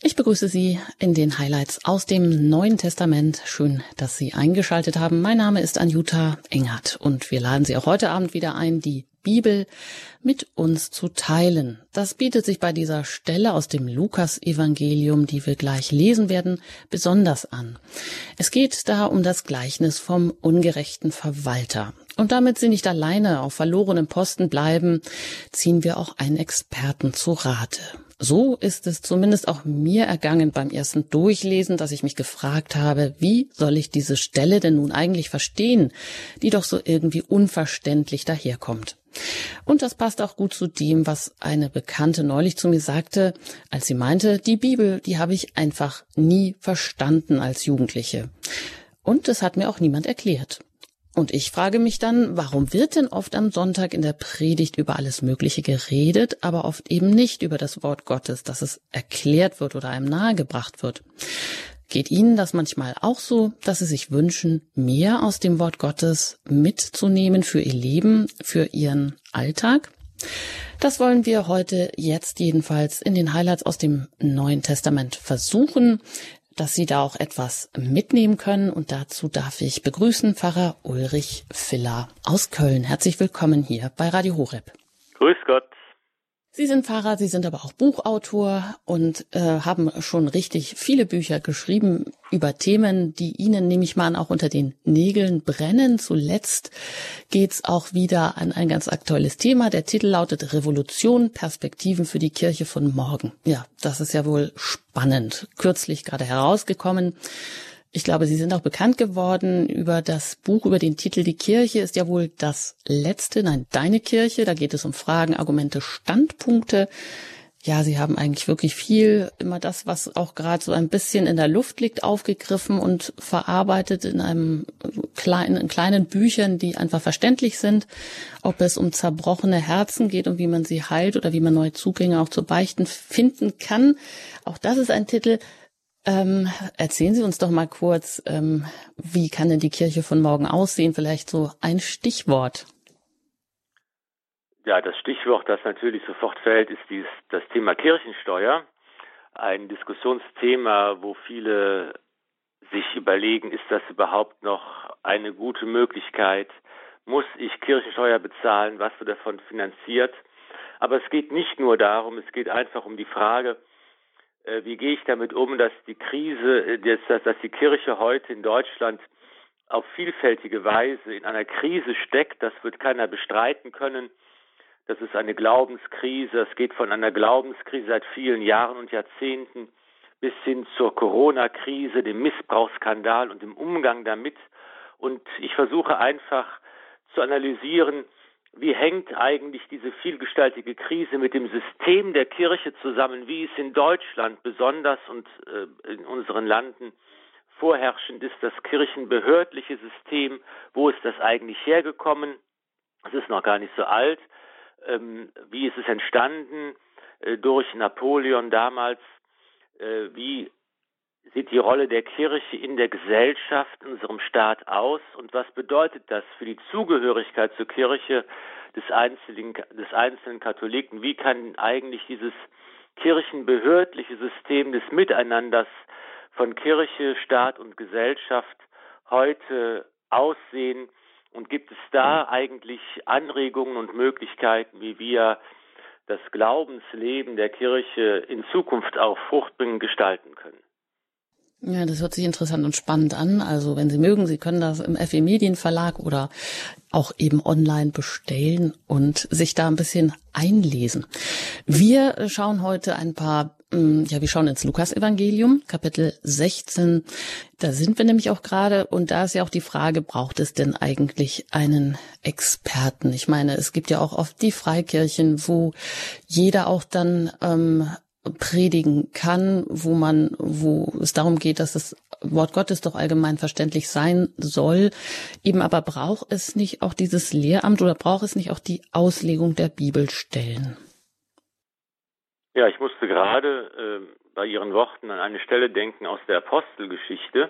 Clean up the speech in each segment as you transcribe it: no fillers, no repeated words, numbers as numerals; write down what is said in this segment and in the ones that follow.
Ich begrüße Sie in den Highlights aus dem Neuen Testament. Schön, dass Sie eingeschaltet haben. Mein Name ist Anjuta Engert und wir laden Sie auch heute Abend wieder ein, die Bibel mit uns zu teilen. Das bietet sich bei dieser Stelle aus dem Lukas-Evangelium, die wir gleich lesen werden, besonders an. Es geht da um das Gleichnis vom ungerechten Verwalter. Und damit Sie nicht alleine auf verlorenem Posten bleiben, ziehen wir auch einen Experten zu Rate. So ist es zumindest auch mir ergangen beim ersten Durchlesen, dass ich mich gefragt habe, wie soll ich diese Stelle denn nun eigentlich verstehen, die doch so irgendwie unverständlich daherkommt. Und das passt auch gut zu dem, was eine Bekannte neulich zu mir sagte, als sie meinte, die Bibel, die habe ich einfach nie verstanden als Jugendliche. Und das hat mir auch niemand erklärt. Und ich frage mich dann, warum wird denn oft am Sonntag in der Predigt über alles Mögliche geredet, aber oft eben nicht über das Wort Gottes, dass es erklärt wird oder einem nahegebracht wird? Geht Ihnen das manchmal auch so, dass Sie sich wünschen, mehr aus dem Wort Gottes mitzunehmen für Ihr Leben, für Ihren Alltag? Das wollen wir heute jetzt jedenfalls in den Highlights aus dem Neuen Testament versuchen, dass Sie da auch etwas mitnehmen können. Und dazu darf ich begrüßen Pfarrer Ulrich Filler aus Köln. Herzlich willkommen hier bei Radio Horeb. Grüß Gott. Sie sind Pfarrer, Sie sind aber auch Buchautor und haben schon richtig viele Bücher geschrieben über Themen, die Ihnen, nehme ich mal an, auch unter den Nägeln brennen. Zuletzt geht's auch wieder an ein ganz aktuelles Thema. Der Titel lautet Revolution, Perspektiven für die Kirche von morgen. Ja, das ist ja wohl spannend. Kürzlich gerade herausgekommen. Ich glaube, Sie sind auch bekannt geworden über das Buch, über den Titel Die Kirche ist ja wohl das letzte, nein, deine Kirche. Da geht es um Fragen, Argumente, Standpunkte. Ja, Sie haben eigentlich wirklich viel, immer das, was auch gerade so ein bisschen in der Luft liegt, aufgegriffen und verarbeitet in kleinen Büchern, die einfach verständlich sind. Ob es um zerbrochene Herzen geht und wie man sie heilt oder wie man neue Zugänge auch zu Beichten finden kann. Auch das ist ein Titel. Erzählen Sie uns doch mal kurz, wie kann denn die Kirche von morgen aussehen? Vielleicht so ein Stichwort. Ja, das Stichwort, das natürlich sofort fällt, ist das Thema Kirchensteuer. Ein Diskussionsthema, wo viele sich überlegen, ist das überhaupt noch eine gute Möglichkeit? Muss ich Kirchensteuer bezahlen? Was wird davon finanziert? Aber es geht nicht nur darum, es geht einfach um die Frage, wie gehe ich damit um, dass die Krise, dass die Kirche heute in Deutschland auf vielfältige Weise in einer Krise steckt? Das wird keiner bestreiten können. Das ist eine Glaubenskrise. Es geht von einer Glaubenskrise seit vielen Jahren und Jahrzehnten bis hin zur Corona-Krise, dem Missbrauchsskandal und dem Umgang damit. Und ich versuche einfach zu analysieren, wie hängt eigentlich diese vielgestaltige Krise mit dem System der Kirche zusammen, wie es in Deutschland besonders und in unseren Landen vorherrschend ist, das kirchenbehördliche System, wo ist das eigentlich hergekommen? Es ist noch gar nicht so alt. Wie ist es entstanden durch Napoleon damals? Wie sieht die Rolle der Kirche in der Gesellschaft, in unserem Staat aus? Und was bedeutet das für die Zugehörigkeit zur Kirche des einzelnen Katholiken? Wie kann eigentlich dieses kirchenbehördliche System des Miteinanders von Kirche, Staat und Gesellschaft heute aussehen? Und gibt es da eigentlich Anregungen und Möglichkeiten, wie wir das Glaubensleben der Kirche in Zukunft auch fruchtbringend gestalten können? Ja, das hört sich interessant und spannend an. Also wenn Sie mögen, Sie können das im FE Medienverlag oder auch eben online bestellen und sich da ein bisschen einlesen. Wir schauen heute wir schauen ins Lukas-Evangelium, Kapitel 16. Da sind wir nämlich auch gerade und da ist ja auch die Frage, braucht es denn eigentlich einen Experten? Ich meine, es gibt ja auch oft die Freikirchen, wo jeder auch dann predigen kann, wo es darum geht, dass das Wort Gottes doch allgemein verständlich sein soll. Eben aber braucht es nicht auch dieses Lehramt oder braucht es nicht auch die Auslegung der Bibelstellen? Ja, ich musste gerade bei Ihren Worten an eine Stelle denken aus der Apostelgeschichte,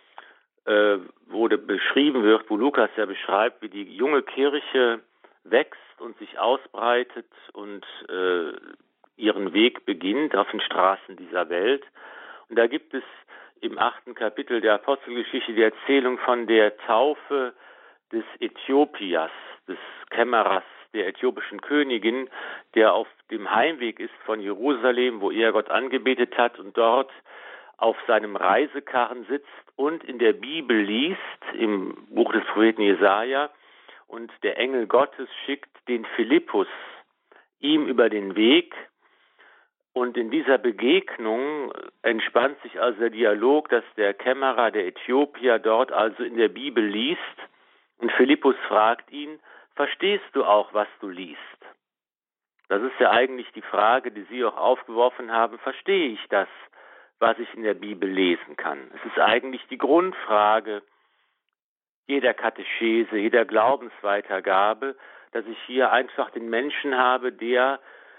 wo beschrieben wird, wo Lukas ja beschreibt, wie die junge Kirche wächst und sich ausbreitet und ihren Weg beginnt auf den Straßen dieser Welt. Und da gibt es im 8. Kapitel der Apostelgeschichte die Erzählung von der Taufe des Äthiopias, des Kämmerers, der äthiopischen Königin, der auf dem Heimweg ist von Jerusalem, wo er Gott angebetet hat und dort auf seinem Reisekarren sitzt und in der Bibel liest, im Buch des Propheten Jesaja, und der Engel Gottes schickt den Philippus ihm über den Weg. Und in dieser Begegnung entspannt sich also der Dialog, dass der Kämmerer, der Äthiopier, dort also in der Bibel liest. Und Philippus fragt ihn, verstehst du auch, was du liest? Das ist ja eigentlich die Frage, die Sie auch aufgeworfen haben. Verstehe ich das, was ich in der Bibel lesen kann? Es ist eigentlich die Grundfrage jeder Katechese, jeder Glaubensweitergabe, dass ich hier einfach den Menschen habe, der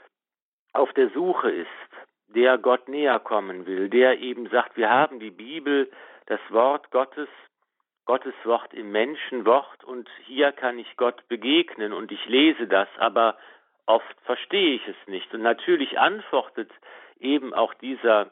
auf der Suche ist, der Gott näher kommen will, der eben sagt, wir haben die Bibel, das Wort Gottes, Gottes Wort im Menschenwort, und hier kann ich Gott begegnen und ich lese das, aber oft verstehe ich es nicht. Und natürlich antwortet eben auch dieser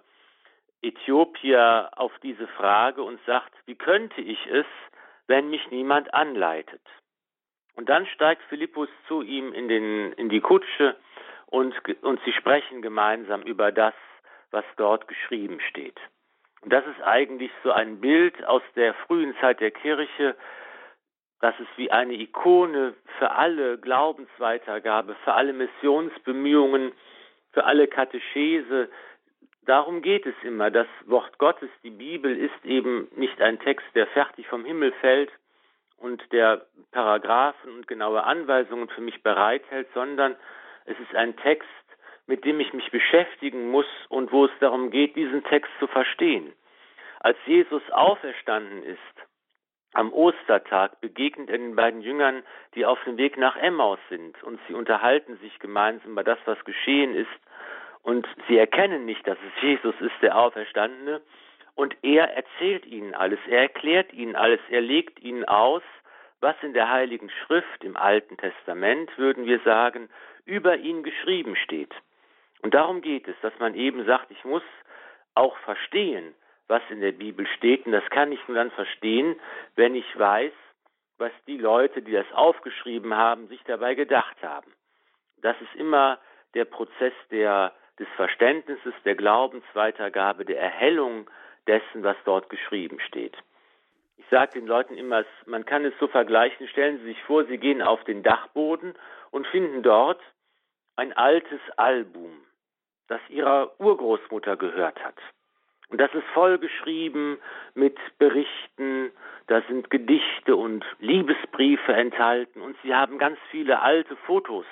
Äthiopier auf diese Frage und sagt, wie könnte ich es, wenn mich niemand anleitet? Und dann steigt Philippus zu ihm in die Kutsche und sie sprechen gemeinsam über das, was dort geschrieben steht. Und das ist eigentlich so ein Bild aus der frühen Zeit der Kirche, das ist wie eine Ikone für alle Glaubensweitergabe, für alle Missionsbemühungen, für alle Katechese. Darum geht es immer. Das Wort Gottes, die Bibel, ist eben nicht ein Text, der fertig vom Himmel fällt und der Paragraphen und genaue Anweisungen für mich bereithält, sondern es ist ein Text, mit dem ich mich beschäftigen muss und wo es darum geht, diesen Text zu verstehen. Als Jesus auferstanden ist, am Ostertag, begegnet er den beiden Jüngern, die auf dem Weg nach Emmaus sind, und sie unterhalten sich gemeinsam über das, was geschehen ist, und sie erkennen nicht, dass es Jesus ist, der Auferstandene, und er erzählt ihnen alles, er erklärt ihnen alles, er legt ihnen aus, was in der Heiligen Schrift, im Alten Testament, würden wir sagen, über ihn geschrieben steht. Und darum geht es, dass man eben sagt, ich muss auch verstehen, was in der Bibel steht, und das kann ich nur dann verstehen, wenn ich weiß, was die Leute, die das aufgeschrieben haben, sich dabei gedacht haben. Das ist immer der Prozess des Verständnisses, der Glaubensweitergabe, der Erhellung dessen, was dort geschrieben steht. Ich sage den Leuten immer, man kann es so vergleichen, stellen Sie sich vor, Sie gehen auf den Dachboden und finden dort ein altes Album, das Ihrer Urgroßmutter gehört hat. Und das ist vollgeschrieben mit Berichten, da sind Gedichte und Liebesbriefe enthalten und Sie haben ganz viele alte Fotos.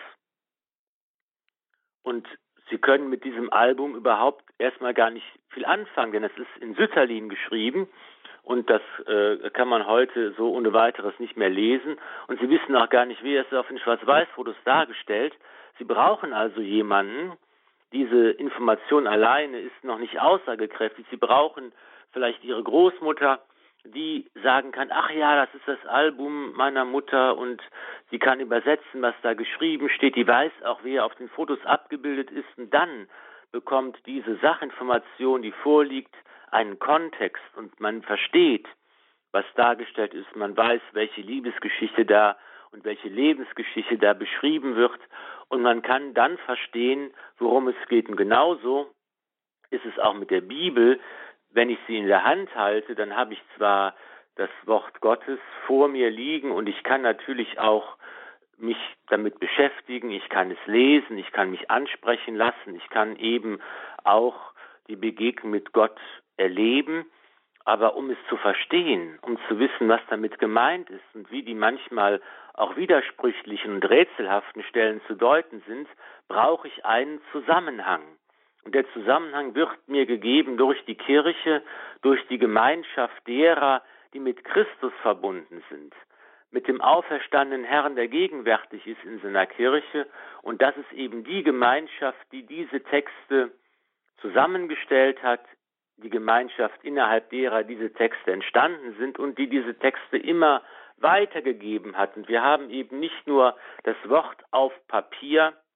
Und Sie können mit diesem Album überhaupt erstmal gar nicht viel anfangen, denn es ist in Sütterlin geschrieben und das kann man heute so ohne weiteres nicht mehr lesen. Und Sie wissen auch gar nicht, wie es auf den Schwarz-Weiß-Fotos dargestellt. Sie brauchen also jemanden. Diese Information alleine ist noch nicht aussagekräftig. Sie brauchen vielleicht Ihre Großmutter, die sagen kann, ach ja, das ist das Album meiner Mutter, und sie kann übersetzen, was da geschrieben steht. Die weiß auch, wer auf den Fotos abgebildet ist, und dann bekommt diese Sachinformation, die vorliegt, einen Kontext und man versteht, was dargestellt ist. Man weiß, welche Liebesgeschichte da und welche Lebensgeschichte da beschrieben wird, und man kann dann verstehen, worum es geht. Und genauso ist es auch mit der Bibel. Wenn ich sie in der Hand halte, dann habe ich zwar das Wort Gottes vor mir liegen und ich kann natürlich auch mich damit beschäftigen, ich kann es lesen, ich kann mich ansprechen lassen, ich kann eben auch die Begegnung mit Gott erleben, aber um es zu verstehen, um zu wissen, was damit gemeint ist und wie die manchmal auch widersprüchlichen und rätselhaften Stellen zu deuten sind, brauche ich einen Zusammenhang. Und der Zusammenhang wird mir gegeben durch die Kirche, durch die Gemeinschaft derer, die mit Christus verbunden sind, mit dem auferstandenen Herrn, der gegenwärtig ist in seiner Kirche. Und das ist eben die Gemeinschaft, die diese Texte zusammengestellt hat, die Gemeinschaft, innerhalb derer diese Texte entstanden sind und die diese Texte immer weitergegeben hat. Und wir haben eben nicht nur das Wort auf Papier,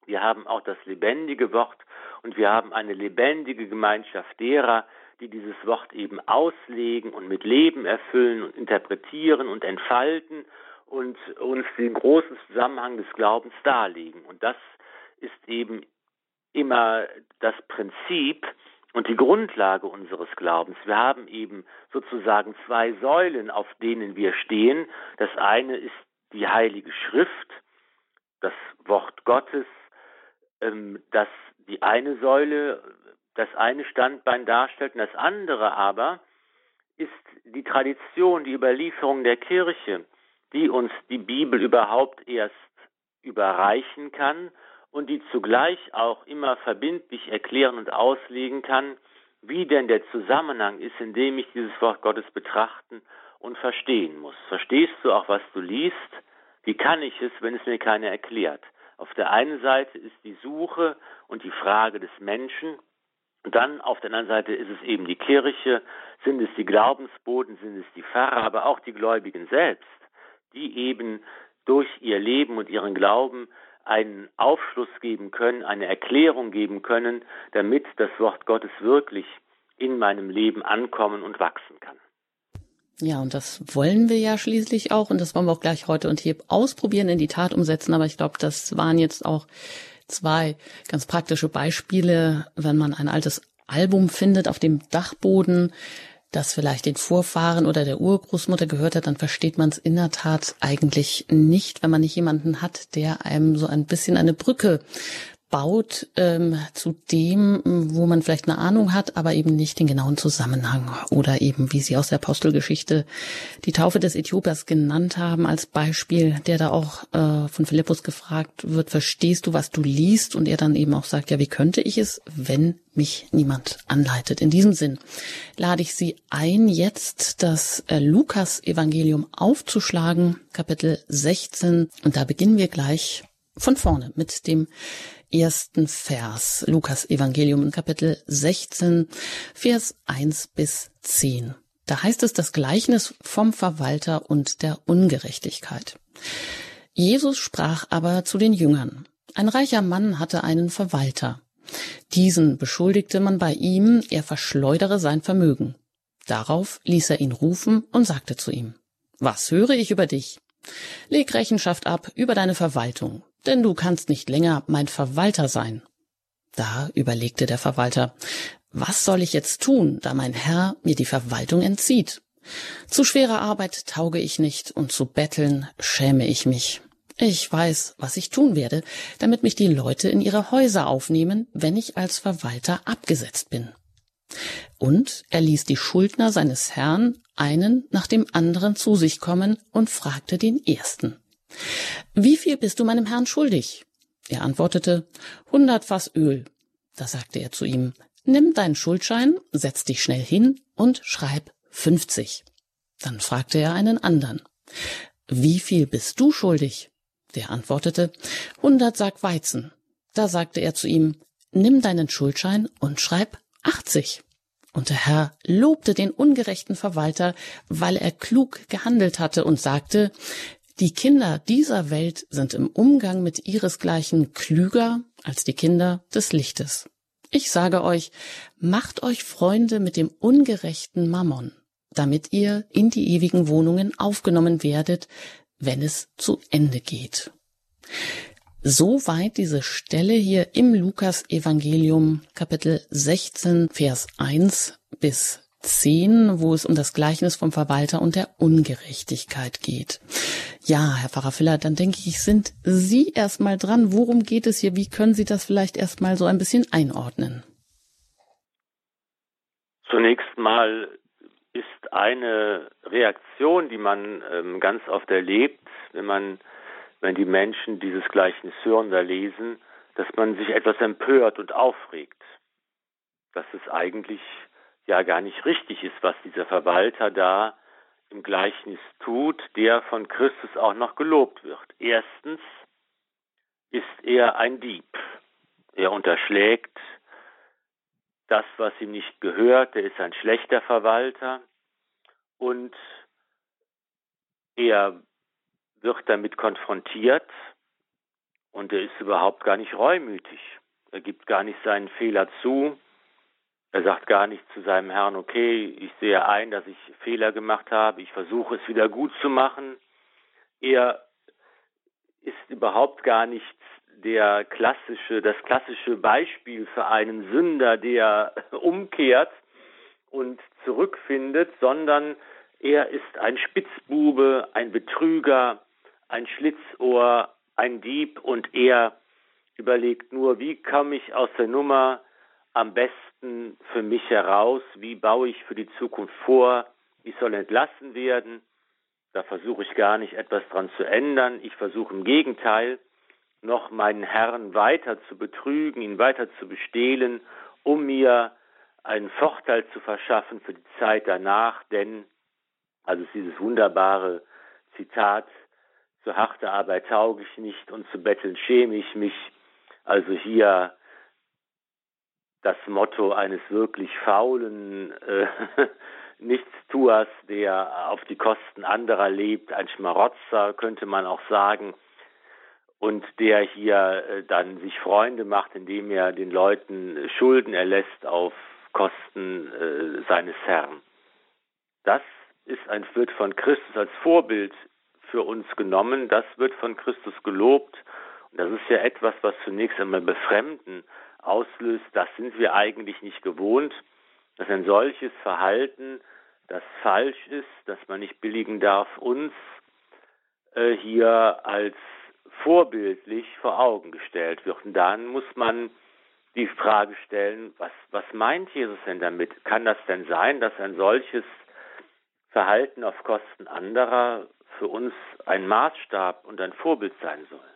Wir haben auch das lebendige Wort und wir haben eine lebendige Gemeinschaft derer, die dieses Wort eben auslegen und mit Leben erfüllen und interpretieren und entfalten und uns den großen Zusammenhang des Glaubens darlegen. Und das ist eben immer das Prinzip und die Grundlage unseres Glaubens. Wir haben eben sozusagen zwei Säulen, auf denen wir stehen. Das eine ist die Heilige Schrift, das Wort Gottes, das die eine Säule, das eine Standbein darstellt, und das andere aber ist die Tradition, die Überlieferung der Kirche, die uns die Bibel überhaupt erst überreichen kann und die zugleich auch immer verbindlich erklären und auslegen kann, wie denn der Zusammenhang ist, in dem ich dieses Wort Gottes betrachten und verstehen muss. Verstehst du auch, was du liest? Wie kann ich es, wenn es mir keiner erklärt? Auf der einen Seite ist die Suche und die Frage des Menschen, und dann auf der anderen Seite ist es eben die Kirche, sind es die Glaubensboten, sind es die Pfarrer, aber auch die Gläubigen selbst, die eben durch ihr Leben und ihren Glauben einen Aufschluss geben können, eine Erklärung geben können, damit das Wort Gottes wirklich in meinem Leben ankommen und wachsen kann. Ja, und das wollen wir ja schließlich auch, und das wollen wir auch gleich heute und hier ausprobieren, in die Tat umsetzen. Aber ich glaube, das waren jetzt auch zwei ganz praktische Beispiele, wenn man ein altes Album findet auf dem Dachboden, das vielleicht den Vorfahren oder der Urgroßmutter gehört hat, dann versteht man es in der Tat eigentlich nicht, wenn man nicht jemanden hat, der einem so ein bisschen eine Brücke baut zu dem, wo man vielleicht eine Ahnung hat, aber eben nicht den genauen Zusammenhang. Oder eben, wie Sie aus der Apostelgeschichte die Taufe des Äthiopiers genannt haben als Beispiel, der da auch von Philippus gefragt wird, verstehst du, was du liest? Und er dann eben auch sagt, ja, wie könnte ich es, wenn mich niemand anleitet? In diesem Sinn lade ich Sie ein, jetzt das Lukas-Evangelium aufzuschlagen, Kapitel 16. Und da beginnen wir gleich von vorne mit dem ersten Vers, Lukas Evangelium Kapitel 16, Vers 1 bis 10. Da heißt es das Gleichnis vom Verwalter und der Ungerechtigkeit. Jesus sprach aber zu den Jüngern: Ein reicher Mann hatte einen Verwalter. Diesen beschuldigte man bei ihm, er verschleudere sein Vermögen. Darauf ließ er ihn rufen und sagte zu ihm: Was höre ich über dich? Leg Rechenschaft ab über deine Verwaltung, denn du kannst nicht länger mein Verwalter sein. Da überlegte der Verwalter: Was soll ich jetzt tun, da mein Herr mir die Verwaltung entzieht? Zu schwerer Arbeit tauge ich nicht und zu betteln schäme ich mich. Ich weiß, was ich tun werde, damit mich die Leute in ihre Häuser aufnehmen, wenn ich als Verwalter abgesetzt bin. Und er ließ die Schuldner seines Herrn einen nach dem anderen zu sich kommen und fragte den ersten: Wie viel bist du meinem Herrn schuldig? Er antwortete: 100 Fass Öl. Da sagte er zu ihm: Nimm deinen Schuldschein, setz dich schnell hin und schreib 50. Dann fragte er einen anderen: Wie viel bist du schuldig? Der antwortete: 100 Sack Weizen. Da sagte er zu ihm: Nimm deinen Schuldschein und schreib 80. Und der Herr lobte den ungerechten Verwalter, weil er klug gehandelt hatte und sagte: Die Kinder dieser Welt sind im Umgang mit ihresgleichen klüger als die Kinder des Lichtes. Ich sage euch, macht euch Freunde mit dem ungerechten Mammon, damit ihr in die ewigen Wohnungen aufgenommen werdet, wenn es zu Ende geht. Soweit diese Stelle hier im Lukas-Evangelium, Kapitel 16, Vers 1 bis 10, wo es um das Gleichnis vom Verwalter und der Ungerechtigkeit geht. Ja, Herr Pfarrer Filler, dann denke ich, sind Sie erstmal dran. Worum geht es hier? Wie können Sie das vielleicht erstmal so ein bisschen einordnen? Zunächst mal ist eine Reaktion, die man ganz oft erlebt, wenn die Menschen dieses Gleichnis hören oder lesen, dass man sich etwas empört und aufregt. Dass es eigentlich ja gar nicht richtig ist, was dieser Verwalter da im Gleichnis tut, der von Christus auch noch gelobt wird. Erstens ist er ein Dieb. Er unterschlägt das, was ihm nicht gehört. Er ist ein schlechter Verwalter und er wird damit konfrontiert und er ist überhaupt gar nicht reumütig. Er gibt gar nicht seinen Fehler zu. Er sagt gar nicht zu seinem Herrn, okay, ich sehe ein, dass ich Fehler gemacht habe, ich versuche es wieder gut zu machen. Er ist überhaupt gar nicht das klassische Beispiel für einen Sünder, der umkehrt und zurückfindet, sondern er ist ein Spitzbube, ein Betrüger, ein Schlitzohr, ein Dieb, und er überlegt nur, wie komme ich aus der Nummer am besten für mich heraus, wie baue ich für die Zukunft vor, ich soll entlassen werden. Da versuche ich gar nicht etwas dran zu ändern. Ich versuche im Gegenteil noch meinen Herrn weiter zu betrügen, ihn weiter zu bestehlen, um mir einen Vorteil zu verschaffen für die Zeit danach. Denn, also ist dieses wunderbare Zitat, zu harter Arbeit tauge ich nicht und zu betteln schäme ich mich. Also hier das Motto eines wirklich faulen Nichtstuers, der auf die Kosten anderer lebt, ein Schmarotzer, könnte man auch sagen, und der hier dann sich Freunde macht, indem er den Leuten Schulden erlässt auf Kosten seines Herrn. Das wird von Christus als Vorbild für uns genommen, das wird von Christus gelobt, und das ist ja etwas, was zunächst einmal Befremden auslöst. Das sind wir eigentlich nicht gewohnt, dass ein solches Verhalten, das falsch ist, das man nicht billigen darf, uns hier als vorbildlich vor Augen gestellt wird. Und dann muss man die Frage stellen, was meint Jesus denn damit? Kann das denn sein, dass ein solches Verhalten auf Kosten anderer für uns ein Maßstab und ein Vorbild sein soll?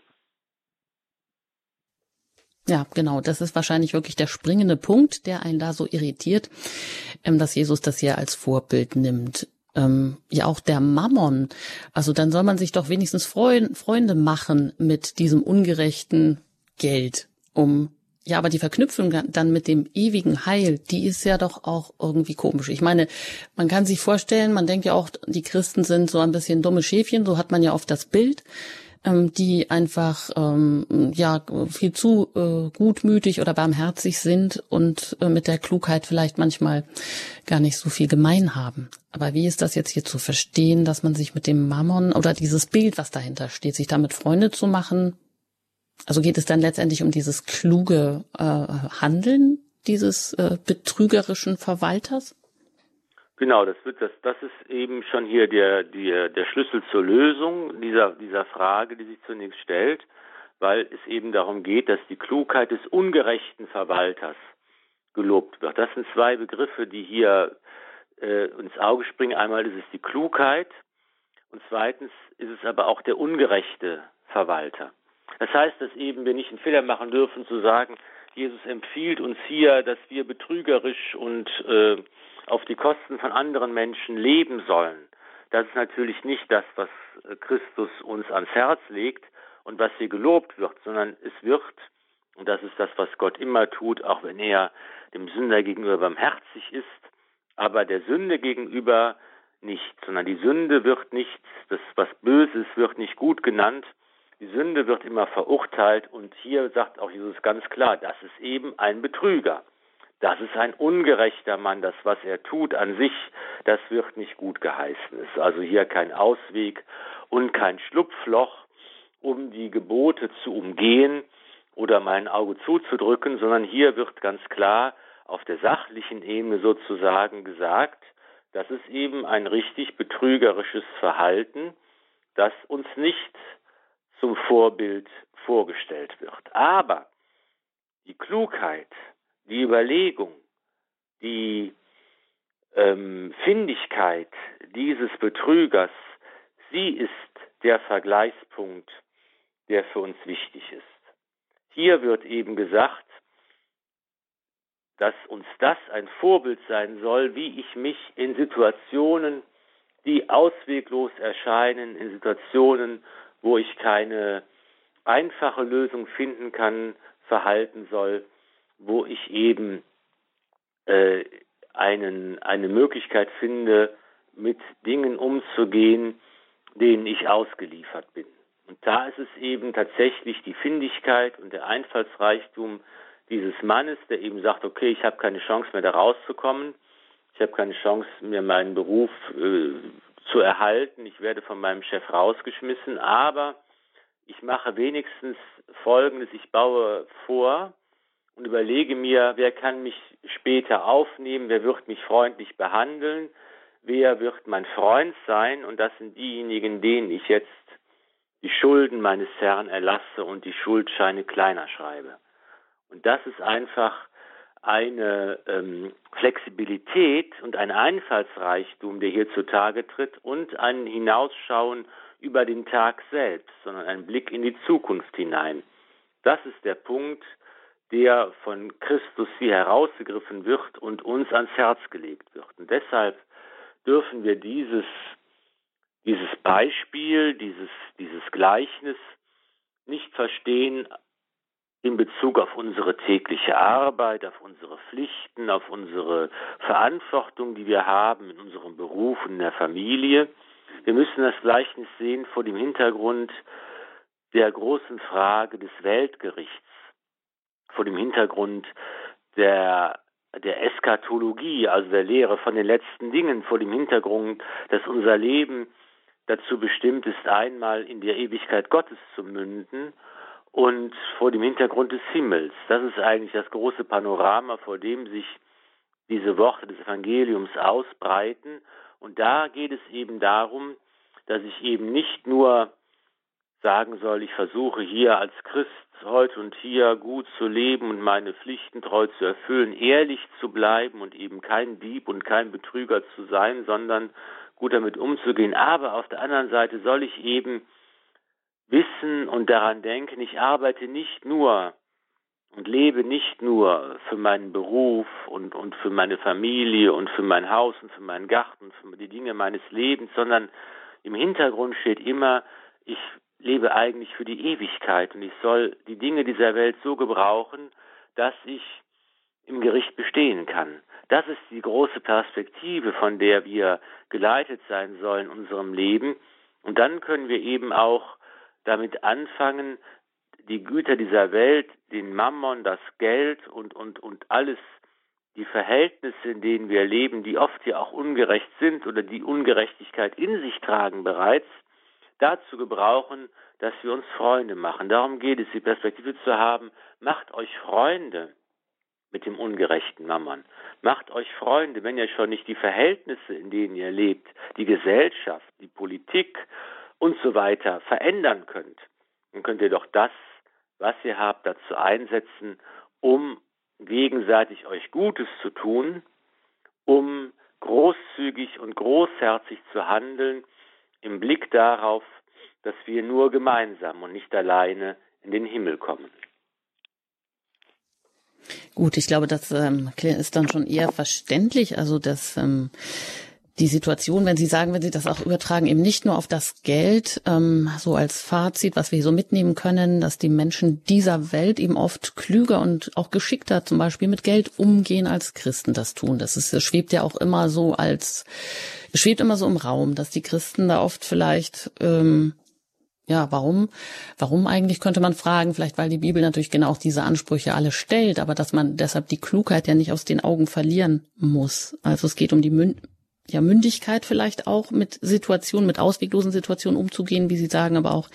Ja, genau. Das ist wahrscheinlich wirklich der springende Punkt, der einen da so irritiert, dass Jesus das hier als Vorbild nimmt. Ja, auch der Mammon. Also dann soll man sich doch wenigstens Freunde machen mit diesem ungerechten Geld, aber die Verknüpfung dann mit dem ewigen Heil, die ist ja doch auch irgendwie komisch. Ich meine, man kann sich vorstellen, man denkt ja auch, die Christen sind so ein bisschen dumme Schäfchen, so hat man ja oft das Bild, die einfach viel zu gutmütig oder barmherzig sind und mit der Klugheit vielleicht manchmal gar nicht so viel gemein haben. Aber wie ist das jetzt hier zu verstehen, dass man sich mit dem Mammon oder dieses Bild, was dahinter steht, sich damit Freunde zu machen? Also geht es dann letztendlich um dieses kluge Handeln dieses betrügerischen Verwalters? Genau, das ist eben schon hier der Schlüssel zur Lösung dieser Frage, die sich zunächst stellt, weil es eben darum geht, dass die Klugheit des ungerechten Verwalters gelobt wird. Das sind zwei Begriffe, die hier ins Auge springen. Einmal ist es die Klugheit und zweitens ist es aber auch der ungerechte Verwalter. Das heißt, dass eben wir nicht einen Fehler machen dürfen zu sagen, Jesus empfiehlt uns hier, dass wir betrügerisch und auf die Kosten von anderen Menschen leben sollen. Das ist natürlich nicht das, was Christus uns ans Herz legt und was hier gelobt wird, sondern es wird, und das ist das, was Gott immer tut, auch wenn er dem Sünder gegenüber barmherzig ist, aber der Sünde gegenüber nicht, sondern die Sünde wird nicht, das was Böses wird nicht gut genannt, die Sünde wird immer verurteilt, und hier sagt auch Jesus ganz klar, das ist eben ein Betrüger. Das ist ein ungerechter Mann, das, was er tut an sich, das wird nicht gut geheißen. Es ist also hier kein Ausweg und kein Schlupfloch, um die Gebote zu umgehen oder mein Auge zuzudrücken, sondern hier wird ganz klar auf der sachlichen Ebene sozusagen gesagt, das ist eben ein richtig betrügerisches Verhalten, das uns nicht zum Vorbild vorgestellt wird. Aber die Klugheit, die Überlegung, die Findigkeit dieses Betrügers, sie ist der Vergleichspunkt, der für uns wichtig ist. Hier wird eben gesagt, dass uns das ein Vorbild sein soll, wie ich mich in Situationen, die ausweglos erscheinen, in Situationen, wo ich keine einfache Lösung finden kann, verhalten soll, wo ich eben eine Möglichkeit finde, mit Dingen umzugehen, denen ich ausgeliefert bin. Und da ist es eben tatsächlich die Findigkeit und der Einfallsreichtum dieses Mannes, der eben sagt, okay, ich habe keine Chance mehr da rauszukommen, ich habe keine Chance mehr meinen Beruf zu erhalten, ich werde von meinem Chef rausgeschmissen, aber ich mache wenigstens Folgendes, ich baue vor und überlege mir, wer kann mich später aufnehmen, wer wird mich freundlich behandeln, wer wird mein Freund sein, und das sind diejenigen, denen ich jetzt die Schulden meines Herrn erlasse und die Schuldscheine kleiner schreibe. Und das ist einfach eine Flexibilität und ein Einfallsreichtum, der hier zutage tritt, und ein Hinausschauen über den Tag selbst, sondern ein Blick in die Zukunft hinein. Das ist der Punkt, der von Christus hier herausgegriffen wird und uns ans Herz gelegt wird. Und deshalb dürfen wir dieses Beispiel, dieses Gleichnis nicht verstehen in Bezug auf unsere tägliche Arbeit, auf unsere Pflichten, auf unsere Verantwortung, die wir haben in unserem Beruf und in der Familie. Wir müssen das Gleichnis sehen vor dem Hintergrund der großen Frage des Weltgerichts, vor dem Hintergrund der Eschatologie, also der Lehre von den letzten Dingen, vor dem Hintergrund, dass unser Leben dazu bestimmt ist, einmal in der Ewigkeit Gottes zu münden, und vor dem Hintergrund des Himmels. Das ist eigentlich das große Panorama, vor dem sich diese Worte des Evangeliums ausbreiten. Und da geht es eben darum, dass ich eben nicht nur sagen soll, ich versuche hier als Christ heute und hier gut zu leben und meine Pflichten treu zu erfüllen, ehrlich zu bleiben und eben kein Dieb und kein Betrüger zu sein, sondern gut damit umzugehen. Aber auf der anderen Seite soll ich eben wissen und daran denken, ich arbeite nicht nur und lebe nicht nur für meinen Beruf und für meine Familie und für mein Haus und für meinen Garten, für die Dinge meines Lebens, sondern im Hintergrund steht immer, ich lebe eigentlich für die Ewigkeit und ich soll die Dinge dieser Welt so gebrauchen, dass ich im Gericht bestehen kann. Das ist die große Perspektive, von der wir geleitet sein sollen in unserem Leben. Und dann können wir eben auch damit anfangen, die Güter dieser Welt, den Mammon, das Geld und alles, die Verhältnisse, in denen wir leben, die oft ja auch ungerecht sind oder die Ungerechtigkeit in sich tragen bereits, dazu gebrauchen, dass wir uns Freunde machen. Darum geht es, die Perspektive zu haben, macht euch Freunde mit dem ungerechten Mammon. Macht euch Freunde, wenn ihr schon nicht die Verhältnisse, in denen ihr lebt, die Gesellschaft, die Politik und so weiter verändern könnt, dann könnt ihr doch das, was ihr habt, dazu einsetzen, um gegenseitig euch Gutes zu tun, um großzügig und großherzig zu handeln, im Blick darauf, dass wir nur gemeinsam und nicht alleine in den Himmel kommen. Gut, ich glaube, das ist dann schon eher verständlich. Also, dass die Situation, wenn Sie das auch übertragen, eben nicht nur auf das Geld, so als Fazit, was wir hier so mitnehmen können, dass die Menschen dieser Welt eben oft klüger und auch geschickter zum Beispiel mit Geld umgehen, als Christen das tun. Das schwebt ja auch immer so im Raum, dass die Christen da oft vielleicht warum eigentlich, könnte man fragen, vielleicht weil die Bibel natürlich genau auch diese Ansprüche alle stellt, aber dass man deshalb die Klugheit ja nicht aus den Augen verlieren muss. Also es geht um die Mündigkeit vielleicht auch, mit ausweglosen Situationen umzugehen, wie Sie sagen, aber auch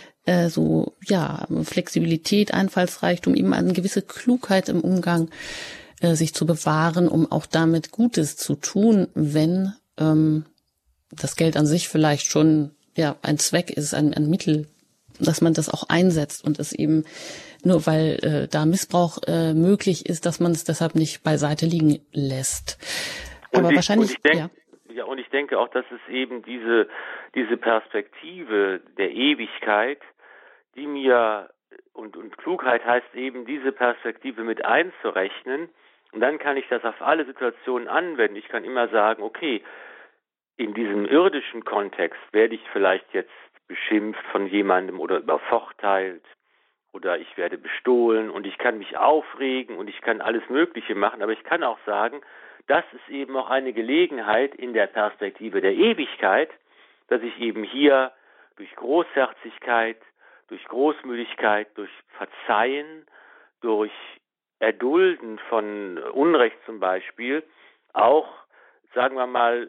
Flexibilität, Einfallsreichtum, eben eine gewisse Klugheit im Umgang sich zu bewahren, um auch damit Gutes zu tun, wenn das Geld an sich vielleicht schon ein Zweck ist, ein Mittel, dass man das auch einsetzt und es eben nur weil da Missbrauch möglich ist, dass man es deshalb nicht beiseite liegen lässt. Aber wahrscheinlich, und ich denke auch, dass es eben diese Perspektive der Ewigkeit, die mir und Klugheit heißt eben, diese Perspektive mit einzurechnen, und dann kann ich das auf alle Situationen anwenden. Ich kann immer sagen, okay, in diesem irdischen Kontext werde ich vielleicht jetzt beschimpft von jemandem oder übervorteilt oder ich werde bestohlen und ich kann mich aufregen und ich kann alles Mögliche machen, aber ich kann auch sagen, das ist eben auch eine Gelegenheit in der Perspektive der Ewigkeit, dass ich eben hier durch Großherzigkeit, durch Großmütigkeit, durch Verzeihen, durch Erdulden von Unrecht zum Beispiel auch, sagen wir mal,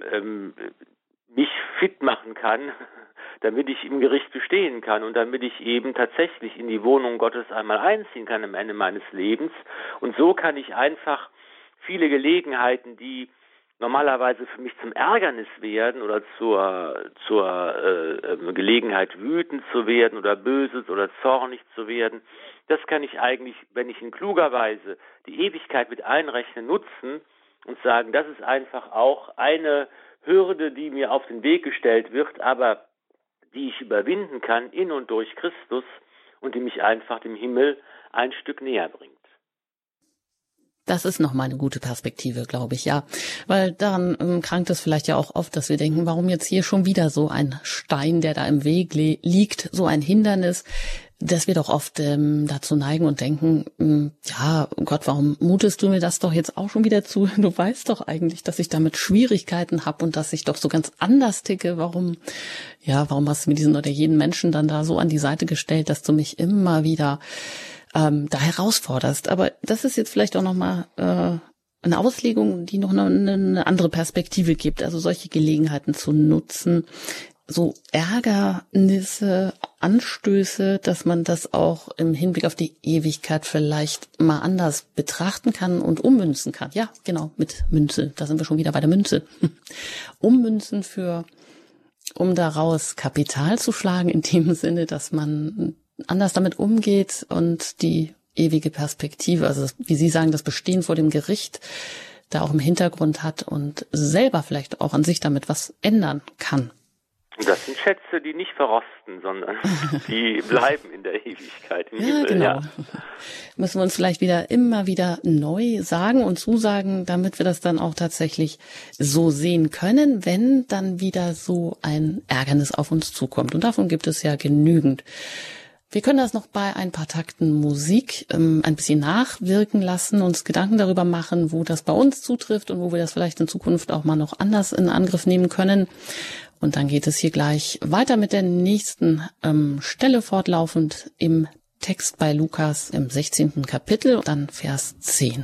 mich fit machen kann, damit ich im Gericht bestehen kann und damit ich eben tatsächlich in die Wohnung Gottes einmal einziehen kann am Ende meines Lebens. Und so kann ich einfach viele Gelegenheiten, die normalerweise für mich zum Ärgernis werden oder zur Gelegenheit, wütend zu werden oder böse oder zornig zu werden, das kann ich eigentlich, wenn ich in kluger Weise die Ewigkeit mit einrechne, nutzen und sagen, das ist einfach auch eine Hürde, die mir auf den Weg gestellt wird, aber die ich überwinden kann in und durch Christus und die mich einfach dem Himmel ein Stück näher bringt. Das ist nochmal eine gute Perspektive, glaube ich, ja. Weil daran krankt es vielleicht ja auch oft, dass wir denken, warum jetzt hier schon wieder so ein Stein, der da im Weg liegt, so ein Hindernis, dass wir doch oft dazu neigen und denken, ja, Gott, warum mutest du mir das doch jetzt auch schon wieder zu? Du weißt doch eigentlich, dass ich damit Schwierigkeiten habe und dass ich doch so ganz anders ticke. Warum hast du mir diesen oder jeden Menschen dann da so an die Seite gestellt, dass du mich immer wieder da herausforderst? Aber das ist jetzt vielleicht auch nochmal eine Auslegung, die noch eine andere Perspektive gibt, also solche Gelegenheiten zu nutzen, so Ärgernisse, Anstöße, dass man das auch im Hinblick auf die Ewigkeit vielleicht mal anders betrachten kann und ummünzen kann. Ja, genau, mit Münze, da sind wir schon wieder bei der Münze. Ummünzen um daraus Kapital zu schlagen, in dem Sinne, dass man anders damit umgeht und die ewige Perspektive, also wie Sie sagen, das Bestehen vor dem Gericht da auch im Hintergrund hat und selber vielleicht auch an sich damit was ändern kann. Das sind Schätze, die nicht verrosten, sondern die bleiben in der Ewigkeit. Im Ja, Himmel, genau. ja. Müssen wir uns vielleicht immer wieder neu sagen und zusagen, damit wir das dann auch tatsächlich so sehen können, wenn dann wieder so ein Ärgernis auf uns zukommt. Und davon gibt es ja genügend. Wir können das noch bei ein paar Takten Musik ein bisschen nachwirken lassen, uns Gedanken darüber machen, wo das bei uns zutrifft und wo wir das vielleicht in Zukunft auch mal noch anders in Angriff nehmen können. Und dann geht es hier gleich weiter mit der nächsten Stelle fortlaufend im Text bei Lukas im 16. Kapitel, dann Vers 10.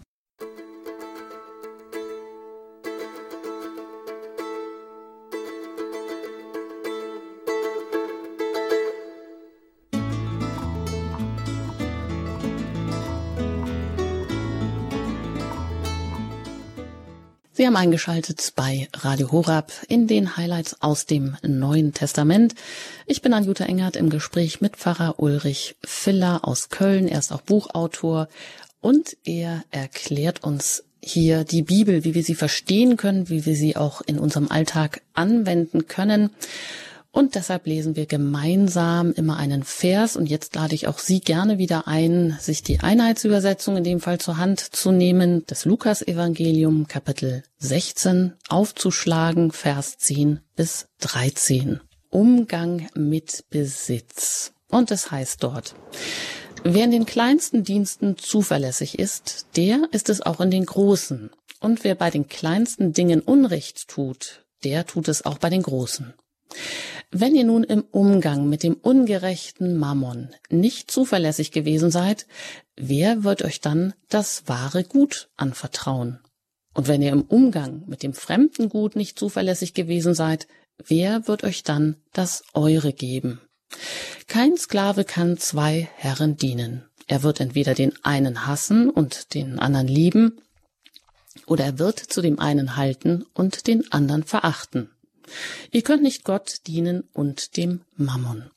Sie haben eingeschaltet bei Radio Horab in den Highlights aus dem Neuen Testament. Ich bin Anjuta Engert im Gespräch mit Pfarrer Ulrich Filler aus Köln. Er ist auch Buchautor und er erklärt uns hier die Bibel, wie wir sie verstehen können, wie wir sie auch in unserem Alltag anwenden können. Und deshalb lesen wir gemeinsam immer einen Vers. Und jetzt lade ich auch Sie gerne wieder ein, sich die Einheitsübersetzung in dem Fall zur Hand zu nehmen, das Lukas-Evangelium Kapitel 16 aufzuschlagen, Vers 10 bis 13. Umgang mit Besitz. Und es heißt dort: Wer in den kleinsten Diensten zuverlässig ist, der ist es auch in den großen. Und wer bei den kleinsten Dingen Unrecht tut, der tut es auch bei den großen. Wenn ihr nun im Umgang mit dem ungerechten Mammon nicht zuverlässig gewesen seid, wer wird euch dann das wahre Gut anvertrauen? Und wenn ihr im Umgang mit dem fremden Gut nicht zuverlässig gewesen seid, wer wird euch dann das eure geben? Kein Sklave kann zwei Herren dienen. Er wird entweder den einen hassen und den anderen lieben, oder er wird zu dem einen halten und den anderen verachten. Ihr könnt nicht Gott dienen und dem Mammon.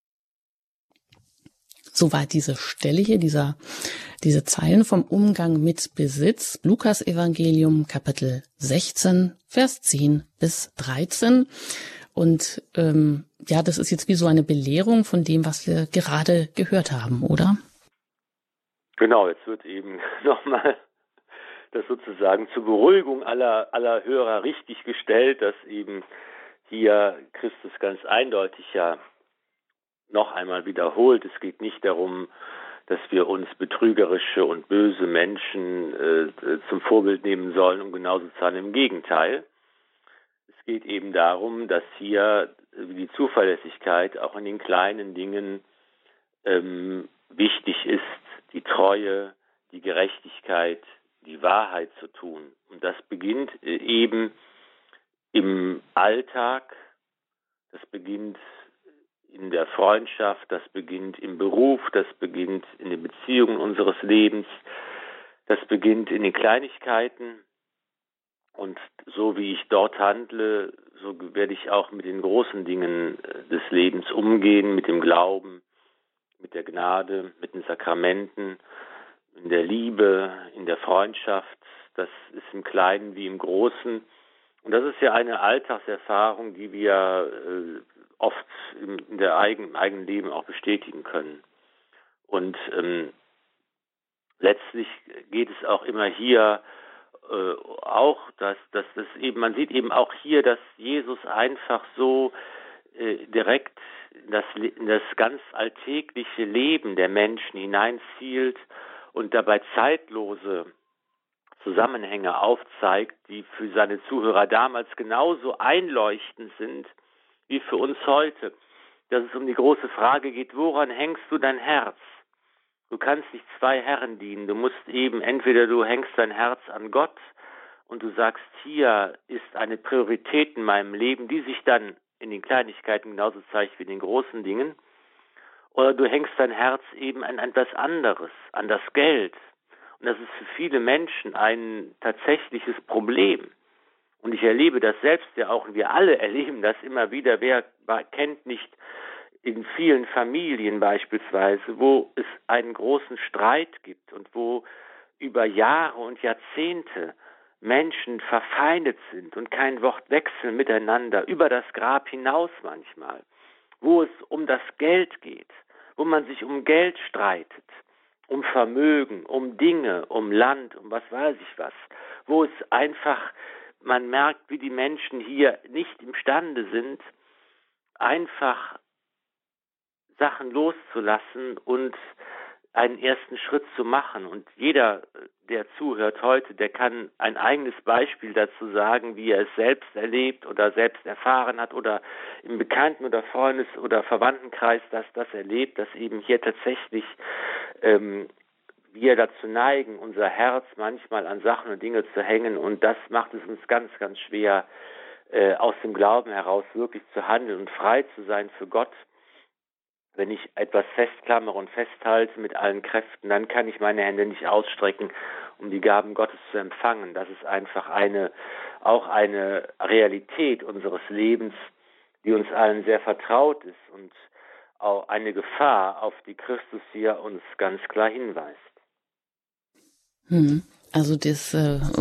Soweit diese Stelle hier, diese Zeilen vom Umgang mit Besitz. Lukas Evangelium Kapitel 16, Vers 10 bis 13. Und das ist jetzt wie so eine Belehrung von dem, was wir gerade gehört haben, oder? Genau, jetzt wird eben nochmal das sozusagen zur Beruhigung aller Hörer richtig gestellt, dass eben hier Christus ganz eindeutig ja noch einmal wiederholt. Es geht nicht darum, dass wir uns betrügerische und böse Menschen zum Vorbild nehmen sollen, um genauso zu sein. Im Gegenteil. Es geht eben darum, dass hier wie die Zuverlässigkeit auch in den kleinen Dingen wichtig ist, die Treue, die Gerechtigkeit, die Wahrheit zu tun. Und das beginnt eben im Alltag, das beginnt in der Freundschaft, das beginnt im Beruf, das beginnt in den Beziehungen unseres Lebens, das beginnt in den Kleinigkeiten. Und so wie ich dort handle, so werde ich auch mit den großen Dingen des Lebens umgehen, mit dem Glauben, mit der Gnade, mit den Sakramenten, in der Liebe, in der Freundschaft. Das ist im Kleinen wie im Großen. Und das ist ja eine Alltagserfahrung, die wir oft in der eigenen Leben auch bestätigen können. Und letztlich geht es auch immer hier auch, dass das eben, man sieht eben auch hier, dass Jesus einfach so direkt in das ganz alltägliche Leben der Menschen hineinzielt und dabei zeitlose Zusammenhänge aufzeigt, die für seine Zuhörer damals genauso einleuchtend sind wie für uns heute. Dass es um die große Frage geht, woran hängst du dein Herz? Du kannst nicht zwei Herren dienen. Du musst eben, entweder du hängst dein Herz an Gott und du sagst, hier ist eine Priorität in meinem Leben, die sich dann in den Kleinigkeiten genauso zeigt wie in den großen Dingen. Oder du hängst dein Herz eben an etwas anderes, an das Geld. Und das ist für viele Menschen ein tatsächliches Problem. Und ich erlebe das selbst ja auch, und wir alle erleben das immer wieder. Wer kennt nicht in vielen Familien beispielsweise, wo es einen großen Streit gibt und wo über Jahre und Jahrzehnte Menschen verfeindet sind und kein Wort wechseln miteinander, über das Grab hinaus manchmal, wo es um das Geld geht, wo man sich um Geld streitet, um Vermögen, um Dinge, um Land, um was weiß ich was, wo es einfach, man merkt, wie die Menschen hier nicht imstande sind, einfach Sachen loszulassen und einen ersten Schritt zu machen. Und jeder, der zuhört heute, der kann ein eigenes Beispiel dazu sagen, wie er es selbst erlebt oder selbst erfahren hat oder im Bekannten- oder Freundes- oder Verwandtenkreis das erlebt, dass eben hier tatsächlich wir dazu neigen, unser Herz manchmal an Sachen und Dinge zu hängen. Und das macht es uns ganz, ganz schwer, aus dem Glauben heraus wirklich zu handeln und frei zu sein für Gott. Wenn ich etwas festklammere und festhalte mit allen Kräften, dann kann ich meine Hände nicht ausstrecken, um die Gaben Gottes zu empfangen. Das ist einfach auch eine Realität unseres Lebens, die uns allen sehr vertraut ist und auch eine Gefahr, auf die Christus hier uns ganz klar hinweist. Also das,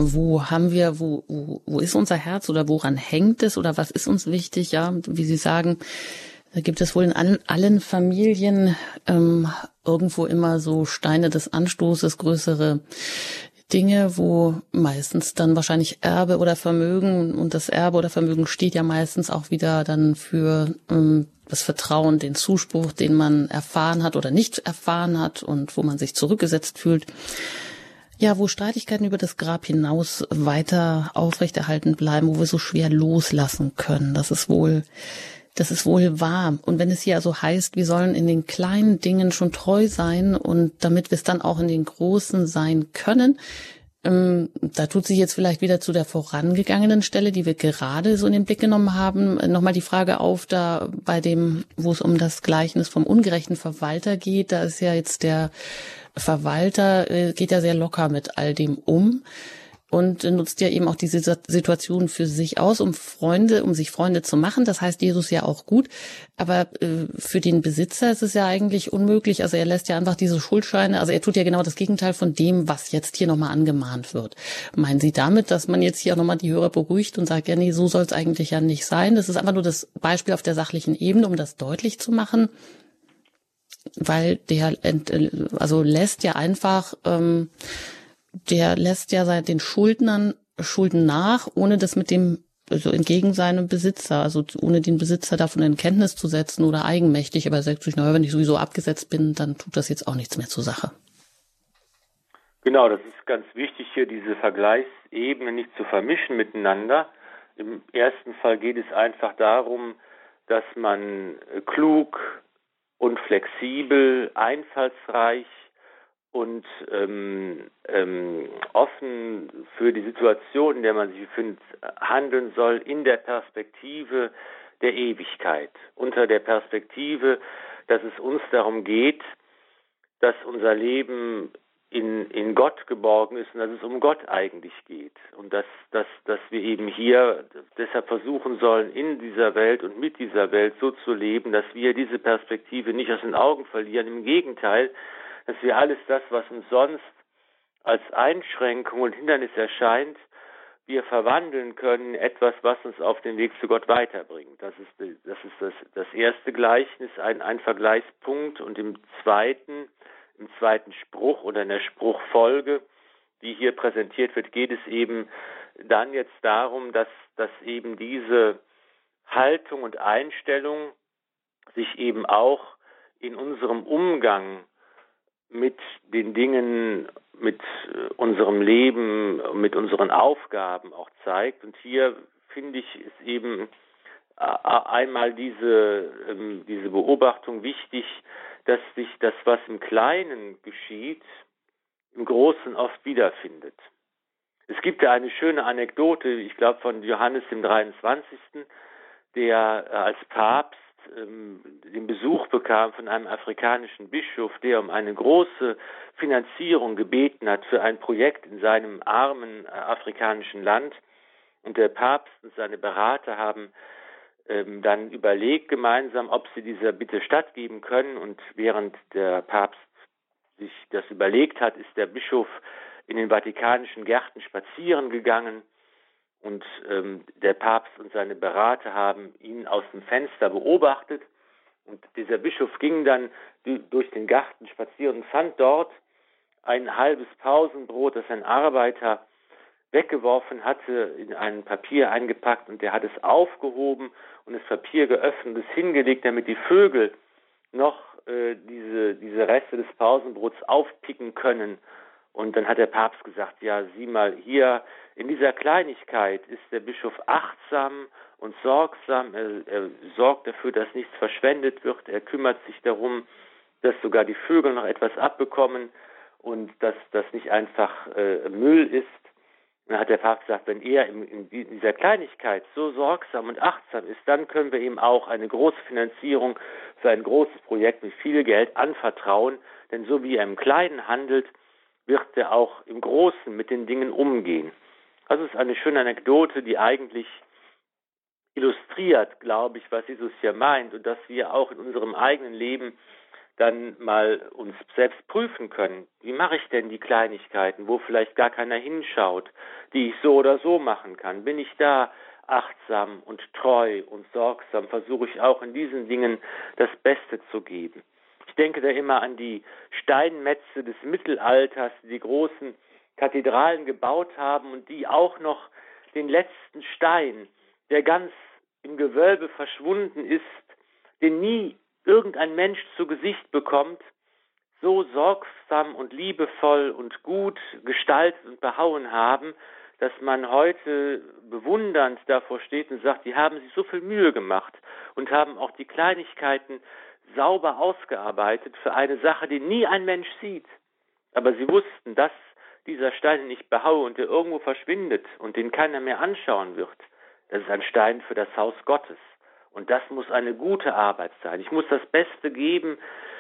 wo ist unser Herz oder woran hängt es oder was ist uns wichtig? Ja, wie Sie sagen, da gibt es wohl in allen Familien irgendwo immer so Steine des Anstoßes, größere Dinge, wo meistens dann wahrscheinlich Erbe oder Vermögen, und das Erbe oder Vermögen steht ja meistens auch wieder dann für das Vertrauen, den Zuspruch, den man erfahren hat oder nicht erfahren hat und wo man sich zurückgesetzt fühlt. Ja, wo Streitigkeiten über das Grab hinaus weiter aufrechterhalten bleiben, wo wir so schwer loslassen können. Das ist wohl wahr. Und wenn es hier also heißt, wir sollen in den kleinen Dingen schon treu sein und damit wir es dann auch in den großen sein können, da tut sich jetzt vielleicht wieder zu der vorangegangenen Stelle, die wir gerade so in den Blick genommen haben, nochmal die Frage auf, da bei dem, wo es um das Gleichnis vom ungerechten Verwalter geht, da ist ja jetzt der Verwalter, geht ja sehr locker mit all dem um und nutzt ja eben auch diese Situation für sich aus, um sich Freunde zu machen. Das heißt Jesus ja auch gut. Aber für den Besitzer ist es ja eigentlich unmöglich. Also er lässt ja einfach diese Schuldscheine, also er tut ja genau das Gegenteil von dem, was jetzt hier nochmal angemahnt wird. Meinen Sie damit, dass man jetzt hier auch nochmal die Hörer beruhigt und sagt, ja nee, so soll es eigentlich ja nicht sein? Das ist einfach nur das Beispiel auf der sachlichen Ebene, um das deutlich zu machen. Weil der lässt ja einfach, der lässt ja den Schuldnern Schulden nach, ohne das mit dem, also entgegen seinem Besitzer, also ohne den Besitzer davon in Kenntnis zu setzen oder eigenmächtig, aber er sagt sich, naja, wenn ich sowieso abgesetzt bin, dann tut das jetzt auch nichts mehr zur Sache. Genau, das ist ganz wichtig, hier diese Vergleichsebene nicht zu vermischen miteinander. Im ersten Fall geht es einfach darum, dass man klug und flexibel, einfallsreich und offen für die Situation, in der man sich befindet, handeln soll in der Perspektive der Ewigkeit, unter der Perspektive, dass es uns darum geht, dass unser Leben in Gott geborgen ist und dass es um Gott eigentlich geht und dass wir eben hier deshalb versuchen sollen, in dieser Welt und mit dieser Welt so zu leben, dass wir diese Perspektive nicht aus den Augen verlieren. Im Gegenteil, dass wir alles das, was uns sonst als Einschränkung und Hindernis erscheint, wir verwandeln können in etwas, was uns auf den Weg zu Gott weiterbringt. Das ist das erste Gleichnis, ein Vergleichspunkt. Und im zweiten Spruch oder in der Spruchfolge, die hier präsentiert wird, geht es eben dann jetzt darum, dass eben diese Haltung und Einstellung sich eben auch in unserem Umgang mit den Dingen, mit unserem Leben, mit unseren Aufgaben auch zeigt. Und hier finde ich, ist eben einmal diese Beobachtung wichtig, dass sich das, was im Kleinen geschieht, im Großen oft wiederfindet. Es gibt ja eine schöne Anekdote, ich glaube von Johannes dem 23., der als Papst den Besuch bekam von einem afrikanischen Bischof, der um eine große Finanzierung gebeten hat für ein Projekt in seinem armen afrikanischen Land. Und der Papst und seine Berater haben dann überlegt gemeinsam, ob sie dieser Bitte stattgeben können. Und während der Papst sich das überlegt hat, ist der Bischof in den vatikanischen Gärten spazieren gegangen. Und der Papst und seine Berater haben ihn aus dem Fenster beobachtet. Und dieser Bischof ging dann durch den Garten spazieren und fand dort ein halbes Pausenbrot, das ein Arbeiter weggeworfen hatte, in ein Papier eingepackt. Und der hat es aufgehoben und das Papier geöffnet und es hingelegt, damit die Vögel noch diese Reste des Pausenbrots aufpicken können. Und dann hat der Papst gesagt, ja, sieh mal, hier in dieser Kleinigkeit ist der Bischof achtsam und sorgsam. Er sorgt dafür, dass nichts verschwendet wird. Er kümmert sich darum, dass sogar die Vögel noch etwas abbekommen und dass das nicht einfach Müll ist. Und dann hat der Papst gesagt, wenn er in dieser Kleinigkeit so sorgsam und achtsam ist, dann können wir ihm auch eine große Finanzierung für ein großes Projekt mit viel Geld anvertrauen. Denn so wie er im Kleinen handelt, wird er auch im Großen mit den Dingen umgehen. Also es ist eine schöne Anekdote, die eigentlich illustriert, glaube ich, was Jesus hier meint und dass wir auch in unserem eigenen Leben dann mal uns selbst prüfen können. Wie mache ich denn die Kleinigkeiten, wo vielleicht gar keiner hinschaut, die ich so oder so machen kann? Bin ich da achtsam und treu und sorgsam? Versuche ich auch in diesen Dingen das Beste zu geben? Ich denke da immer an die Steinmetze des Mittelalters, die die großen Kathedralen gebaut haben und die auch noch den letzten Stein, der ganz im Gewölbe verschwunden ist, den nie irgendein Mensch zu Gesicht bekommt, so sorgsam und liebevoll und gut gestaltet und behauen haben, dass man heute bewundernd davor steht und sagt, die haben sich so viel Mühe gemacht und haben auch die Kleinigkeiten sauber ausgearbeitet für eine Sache, die nie ein Mensch sieht. Aber sie wussten, dass dieser Stein, den ich behaue und der irgendwo verschwindet und den keiner mehr anschauen wird, das ist ein Stein für das Haus Gottes. Und das muss eine gute Arbeit sein. Ich muss das Beste geben,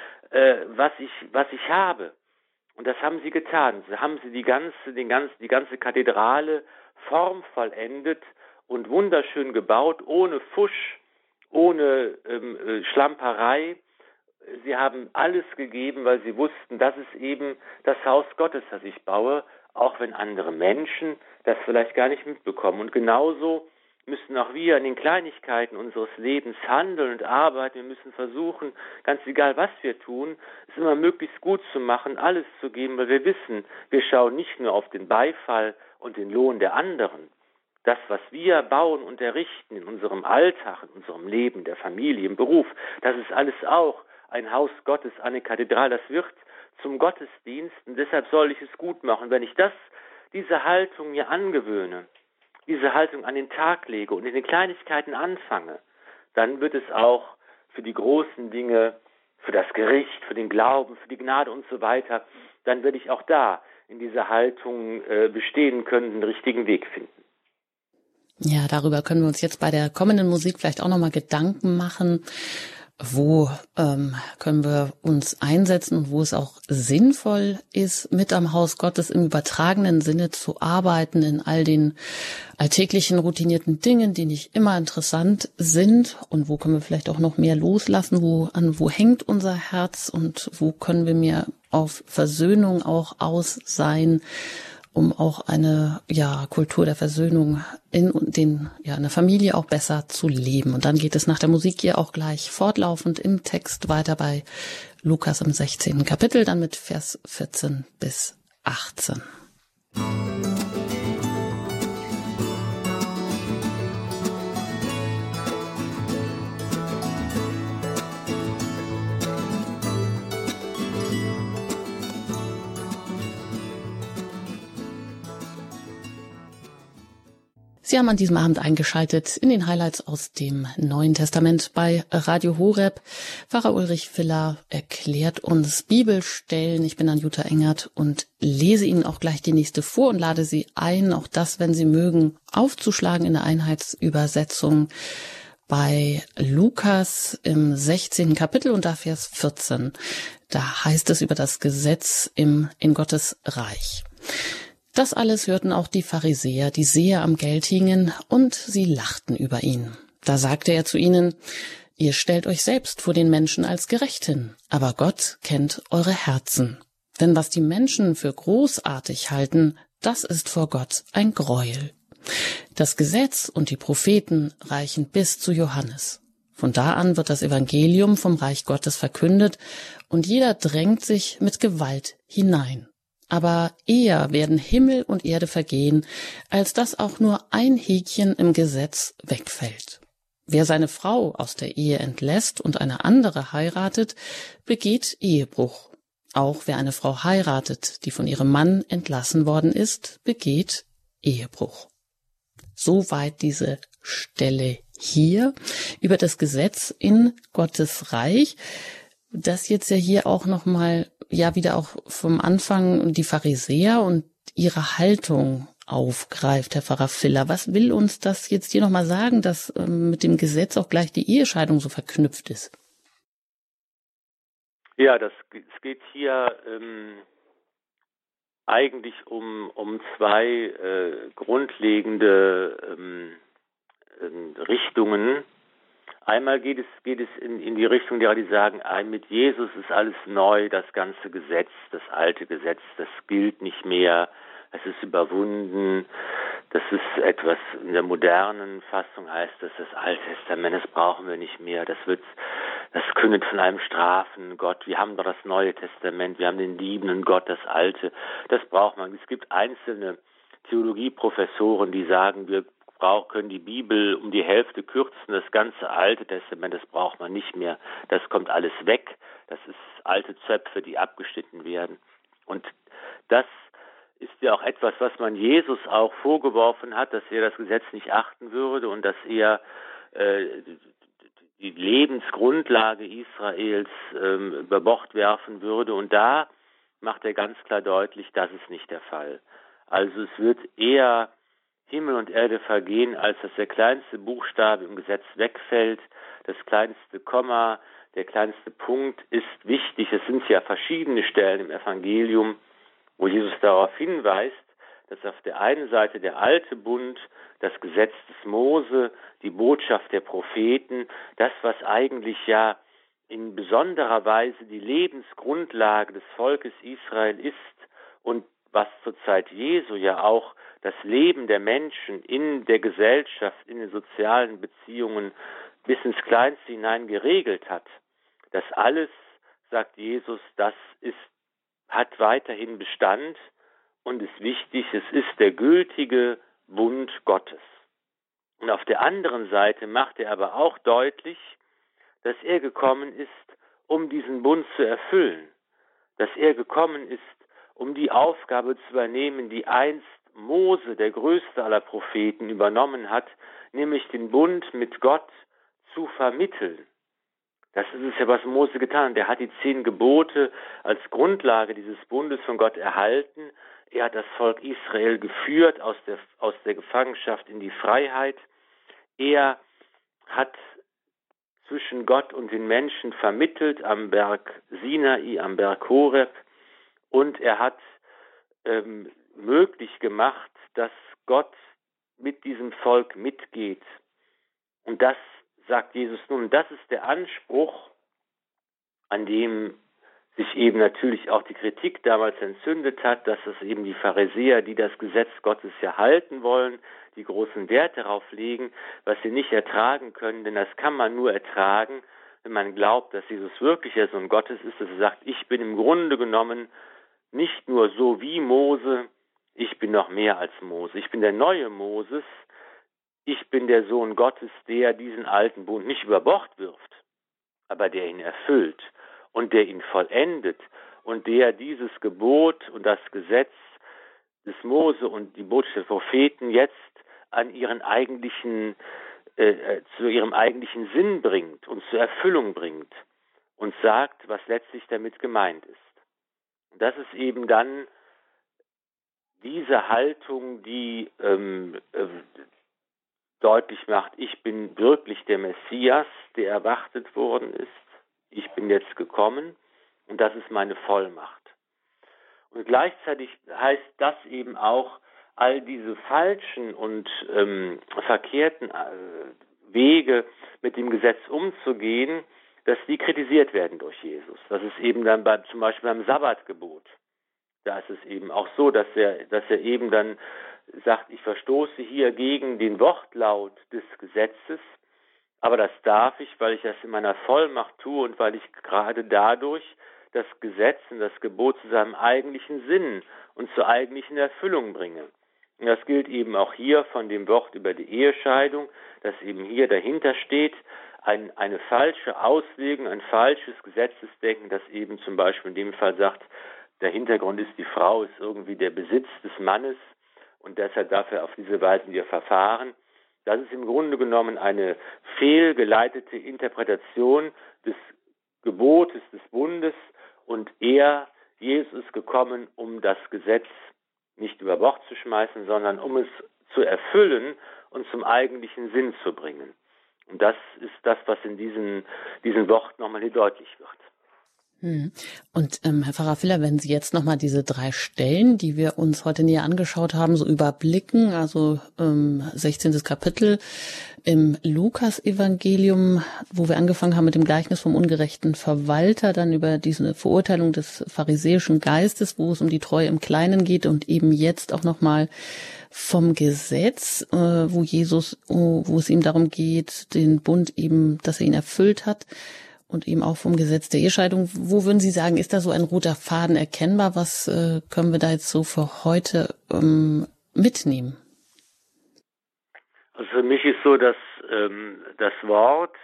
was ich habe. Und das haben sie getan. Sie haben die ganze Kathedrale formvollendet und wunderschön gebaut, ohne Fusch, ohne Schlamperei. Sie haben alles gegeben, weil sie wussten, das ist eben das Haus Gottes, das ich baue, auch wenn andere Menschen das vielleicht gar nicht mitbekommen. Und genauso müssen auch wir in den Kleinigkeiten unseres Lebens handeln und arbeiten. Wir müssen versuchen, ganz egal was wir tun, es immer möglichst gut zu machen, alles zu geben, weil wir wissen, wir schauen nicht nur auf den Beifall und den Lohn der anderen. Das, was wir bauen und errichten in unserem Alltag, in unserem Leben, der Familie, im Beruf, das ist alles auch ein Haus Gottes, eine Kathedrale, das wird zum Gottesdienst und deshalb soll ich es gut machen. Wenn ich diese Haltung mir angewöhne, diese Haltung an den Tag lege und in den Kleinigkeiten anfange, dann wird es auch für die großen Dinge, für das Gericht, für den Glauben, für die Gnade und so weiter, dann werde ich auch da in dieser Haltung bestehen können, den richtigen Weg finden. Ja, darüber können wir uns jetzt bei der kommenden Musik vielleicht auch nochmal Gedanken machen. Wo können wir uns einsetzen und wo es auch sinnvoll ist, mit am Haus Gottes im übertragenen Sinne zu arbeiten, in all den alltäglichen, routinierten Dingen, die nicht immer interessant sind, und wo können wir vielleicht auch noch mehr loslassen, wo hängt unser Herz und wo können wir mehr auf Versöhnung auch aus sein, um auch eine Kultur der Versöhnung in der Familie auch besser zu leben. Und dann geht es nach der Musik hier auch gleich fortlaufend im Text weiter bei Lukas im 16. Kapitel, dann mit Vers 14 bis 18. Sie haben an diesem Abend eingeschaltet in den Highlights aus dem Neuen Testament bei Radio Horeb. Pfarrer Ulrich Viller erklärt uns Bibelstellen. Ich bin Anjuta Engert und lese Ihnen auch gleich die nächste vor und lade Sie ein, auch das, wenn Sie mögen, aufzuschlagen in der Einheitsübersetzung bei Lukas im 16. Kapitel und da Vers 14. Da heißt es über das Gesetz in Gottes Reich. Das alles hörten auch die Pharisäer, die Seher am Geld hingen, und sie lachten über ihn. Da sagte er zu ihnen: Ihr stellt euch selbst vor den Menschen als gerecht hin, aber Gott kennt eure Herzen. Denn was die Menschen für großartig halten, das ist vor Gott ein Greuel. Das Gesetz und die Propheten reichen bis zu Johannes. Von da an wird das Evangelium vom Reich Gottes verkündet, und jeder drängt sich mit Gewalt hinein. Aber eher werden Himmel und Erde vergehen, als dass auch nur ein Häkchen im Gesetz wegfällt. Wer seine Frau aus der Ehe entlässt und eine andere heiratet, begeht Ehebruch. Auch wer eine Frau heiratet, die von ihrem Mann entlassen worden ist, begeht Ehebruch. Soweit diese Stelle hier über das Gesetz in Gottes Reich. Das jetzt ja hier auch nochmal, wieder auch vom Anfang die Pharisäer und ihre Haltung aufgreift, Herr Pfarrer Viller. Was will uns das jetzt hier nochmal sagen, dass mit dem Gesetz auch gleich die Ehescheidung so verknüpft ist? Ja, es geht hier eigentlich um zwei grundlegende Richtungen. Einmal geht es in die Richtung derer, die sagen, mit Jesus ist alles neu, das ganze Gesetz, das alte Gesetz, das gilt nicht mehr, es ist überwunden. Das ist etwas, in der modernen Fassung heißt das Alte Testament, das brauchen wir nicht mehr, das kündet von einem strafenden Gott. Wir haben doch das Neue Testament, wir haben den liebenden Gott, das Alte, das braucht man. Es gibt einzelne Theologieprofessoren, die sagen, wir können die Bibel um die Hälfte kürzen, das ganze Alte Testament, das braucht man nicht mehr, das kommt alles weg, das ist alte Zöpfe, die abgeschnitten werden. Und das ist ja auch etwas, was man Jesus auch vorgeworfen hat, dass er das Gesetz nicht achten würde und dass er die Lebensgrundlage Israels über Bord werfen würde. Und da macht er ganz klar deutlich, das ist nicht der Fall. Also es wird eher Himmel und Erde vergehen, als dass der kleinste Buchstabe im Gesetz wegfällt, das kleinste Komma, der kleinste Punkt ist wichtig. Es sind ja verschiedene Stellen im Evangelium, wo Jesus darauf hinweist, dass auf der einen Seite der alte Bund, das Gesetz des Mose, die Botschaft der Propheten, das, was eigentlich ja in besonderer Weise die Lebensgrundlage des Volkes Israel ist und was zur Zeit Jesu ja auch das Leben der Menschen in der Gesellschaft, in den sozialen Beziehungen bis ins Kleinste hinein geregelt hat. Das alles, sagt Jesus, hat weiterhin Bestand und ist wichtig, es ist der gültige Bund Gottes. Und auf der anderen Seite macht er aber auch deutlich, dass er gekommen ist, um diesen Bund zu erfüllen, dass er gekommen ist, um die Aufgabe zu übernehmen, die einst Mose, der größte aller Propheten, übernommen hat, nämlich den Bund mit Gott zu vermitteln. Das ist es ja, was Mose getan hat. Er hat die 10 Gebote als Grundlage dieses Bundes von Gott erhalten. Er hat das Volk Israel geführt aus der Gefangenschaft in die Freiheit. Er hat zwischen Gott und den Menschen vermittelt am Berg Sinai, am Berg Horeb. Und er hat möglich gemacht, dass Gott mit diesem Volk mitgeht. Und das sagt Jesus nun, das ist der Anspruch, an dem sich eben natürlich auch die Kritik damals entzündet hat, dass es eben die Pharisäer, die das Gesetz Gottes ja halten wollen, die großen Wert darauf legen, was sie nicht ertragen können, denn das kann man nur ertragen, wenn man glaubt, dass Jesus wirklich der Sohn Gottes ist, dass er sagt, ich bin im Grunde genommen nicht nur so wie Mose, ich bin noch mehr als Mose, ich bin der neue Moses, ich bin der Sohn Gottes, der diesen alten Bund nicht über Bord wirft, aber der ihn erfüllt und der ihn vollendet und der dieses Gebot und das Gesetz des Mose und die Botschaft der Propheten jetzt an ihren zu ihrem eigentlichen Sinn bringt und zur Erfüllung bringt und sagt, was letztlich damit gemeint ist. Und das ist eben dann diese Haltung, die deutlich macht, ich bin wirklich der Messias, der erwartet worden ist. Ich bin jetzt gekommen und das ist meine Vollmacht. Und gleichzeitig heißt das eben auch, all diese falschen und verkehrten Wege mit dem Gesetz umzugehen, dass die kritisiert werden durch Jesus. Das ist eben dann zum Beispiel beim Sabbatgebot. Da ist es eben auch so, dass er eben dann sagt, ich verstoße hier gegen den Wortlaut des Gesetzes, aber das darf ich, weil ich das in meiner Vollmacht tue und weil ich gerade dadurch das Gesetz und das Gebot zu seinem eigentlichen Sinn und zur eigentlichen Erfüllung bringe. Und das gilt eben auch hier von dem Wort über die Ehescheidung, dass eben hier dahinter steht, eine falsche Auslegung, ein falsches Gesetzesdenken, das eben zum Beispiel in dem Fall sagt, der Hintergrund ist, die Frau ist irgendwie der Besitz des Mannes und deshalb darf er auf diese Weise mit ihr verfahren. Das ist im Grunde genommen eine fehlgeleitete Interpretation des Gebotes des Bundes und Jesus ist gekommen, um das Gesetz nicht über Bord zu schmeißen, sondern um es zu erfüllen und zum eigentlichen Sinn zu bringen. Und das ist das, was in diesen Worten nochmal hier deutlich wird. Und Herr Pfarrer Viller, wenn Sie jetzt nochmal diese 3 Stellen, die wir uns heute näher angeschaut haben, so überblicken, also 16. Kapitel im Lukas-Evangelium, wo wir angefangen haben mit dem Gleichnis vom ungerechten Verwalter, dann über diese Verurteilung des pharisäischen Geistes, wo es um die Treue im Kleinen geht und eben jetzt auch nochmal vom Gesetz, wo es ihm darum geht, den Bund eben, dass er ihn erfüllt hat, und eben auch vom Gesetz der Ehescheidung. Wo würden Sie sagen, ist da so ein roter Faden erkennbar? Was können wir da jetzt so für heute mitnehmen? Also für mich ist so, dass das Wort,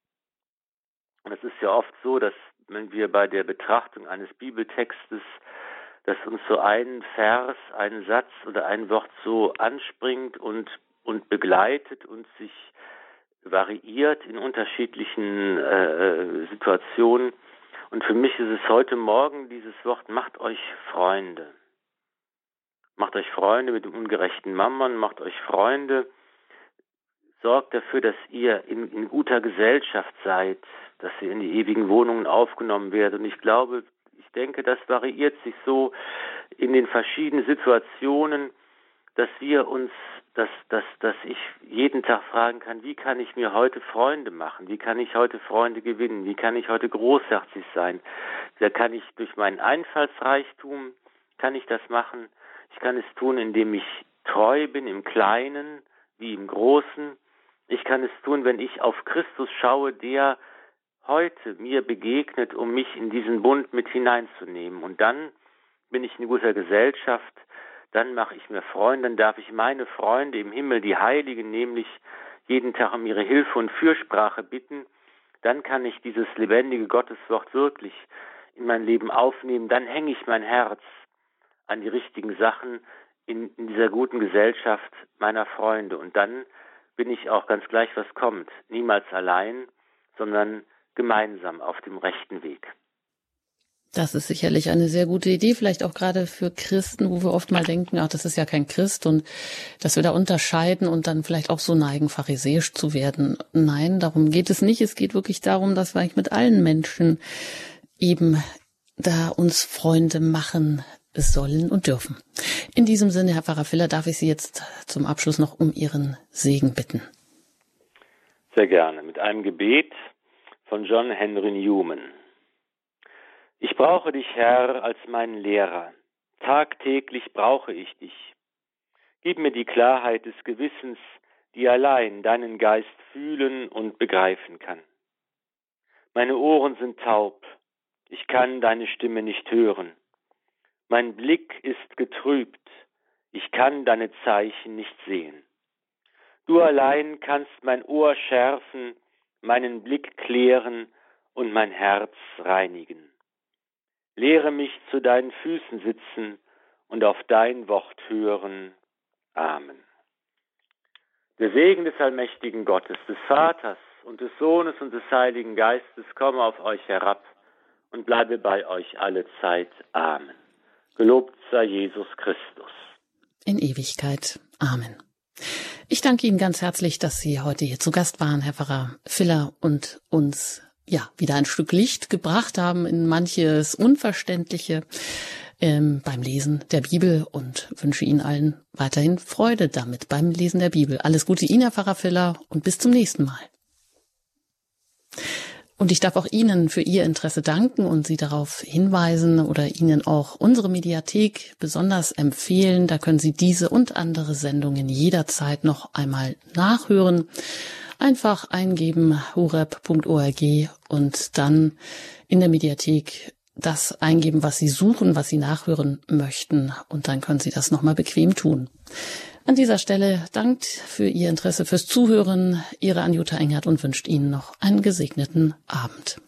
und es ist ja oft so, dass wenn wir bei der Betrachtung eines Bibeltextes, dass uns so ein Vers, ein Satz oder ein Wort so anspringt und begleitet und sich variiert in unterschiedlichen Situationen. Und für mich ist es heute Morgen dieses Wort, macht euch Freunde. Macht euch Freunde mit dem ungerechten Mammon, macht euch Freunde, sorgt dafür, dass ihr in guter Gesellschaft seid, dass ihr in die ewigen Wohnungen aufgenommen werdet. Und ich denke, das variiert sich so in den verschiedenen Situationen, dass ich jeden Tag fragen kann, wie kann ich mir heute Freunde machen? Wie kann ich heute Freunde gewinnen? Wie kann ich heute großherzig sein? Da kann ich durch meinen Einfallsreichtum, kann ich das machen. Ich kann es tun, indem ich treu bin im Kleinen wie im Großen. Ich kann es tun, wenn ich auf Christus schaue, der heute mir begegnet, um mich in diesen Bund mit hineinzunehmen. Und dann bin ich in guter Gesellschaft, dann mache ich mir Freunde, dann darf ich meine Freunde im Himmel, die Heiligen, nämlich jeden Tag um ihre Hilfe und Fürsprache bitten. Dann kann ich dieses lebendige Gotteswort wirklich in mein Leben aufnehmen. Dann hänge ich mein Herz an die richtigen Sachen in dieser guten Gesellschaft meiner Freunde. Und dann bin ich auch ganz gleich, was kommt. Niemals allein, sondern gemeinsam auf dem rechten Weg. Das ist sicherlich eine sehr gute Idee, vielleicht auch gerade für Christen, wo wir oft mal denken, ach, das ist ja kein Christ, und dass wir da unterscheiden und dann vielleicht auch so neigen, pharisäisch zu werden. Nein, darum geht es nicht. Es geht wirklich darum, dass wir eigentlich mit allen Menschen eben da uns Freunde machen sollen und dürfen. In diesem Sinne, Herr Pfarrer Filler, darf ich Sie jetzt zum Abschluss noch um Ihren Segen bitten. Sehr gerne. Mit einem Gebet von John Henry Newman. Ich brauche dich, Herr, als meinen Lehrer. Tagtäglich brauche ich dich. Gib mir die Klarheit des Gewissens, die allein deinen Geist fühlen und begreifen kann. Meine Ohren sind taub. Ich kann deine Stimme nicht hören. Mein Blick ist getrübt. Ich kann deine Zeichen nicht sehen. Du allein kannst mein Ohr schärfen, meinen Blick klären und mein Herz reinigen. Lehre mich zu deinen Füßen sitzen und auf dein Wort hören. Amen. Der Segen des allmächtigen Gottes, des Vaters und des Sohnes und des Heiligen Geistes komme auf euch herab und bleibe bei euch alle Zeit. Amen. Gelobt sei Jesus Christus. In Ewigkeit. Amen. Ich danke Ihnen ganz herzlich, dass Sie heute hier zu Gast waren, Herr Pfarrer Filler, und uns wieder ein Stück Licht gebracht haben in manches Unverständliche beim Lesen der Bibel, und wünsche Ihnen allen weiterhin Freude damit beim Lesen der Bibel. Alles Gute Ihnen, Herr Pfarrer Filler, und bis zum nächsten Mal. Und ich darf auch Ihnen für Ihr Interesse danken und Sie darauf hinweisen oder Ihnen auch unsere Mediathek besonders empfehlen. Da können Sie diese und andere Sendungen jederzeit noch einmal nachhören. Einfach eingeben horeb.org und dann in der Mediathek das eingeben, was Sie suchen, was Sie nachhören möchten, und dann können Sie das nochmal bequem tun. An dieser Stelle dankt für Ihr Interesse, fürs Zuhören Ihre Anjuta Engert und wünscht Ihnen noch einen gesegneten Abend.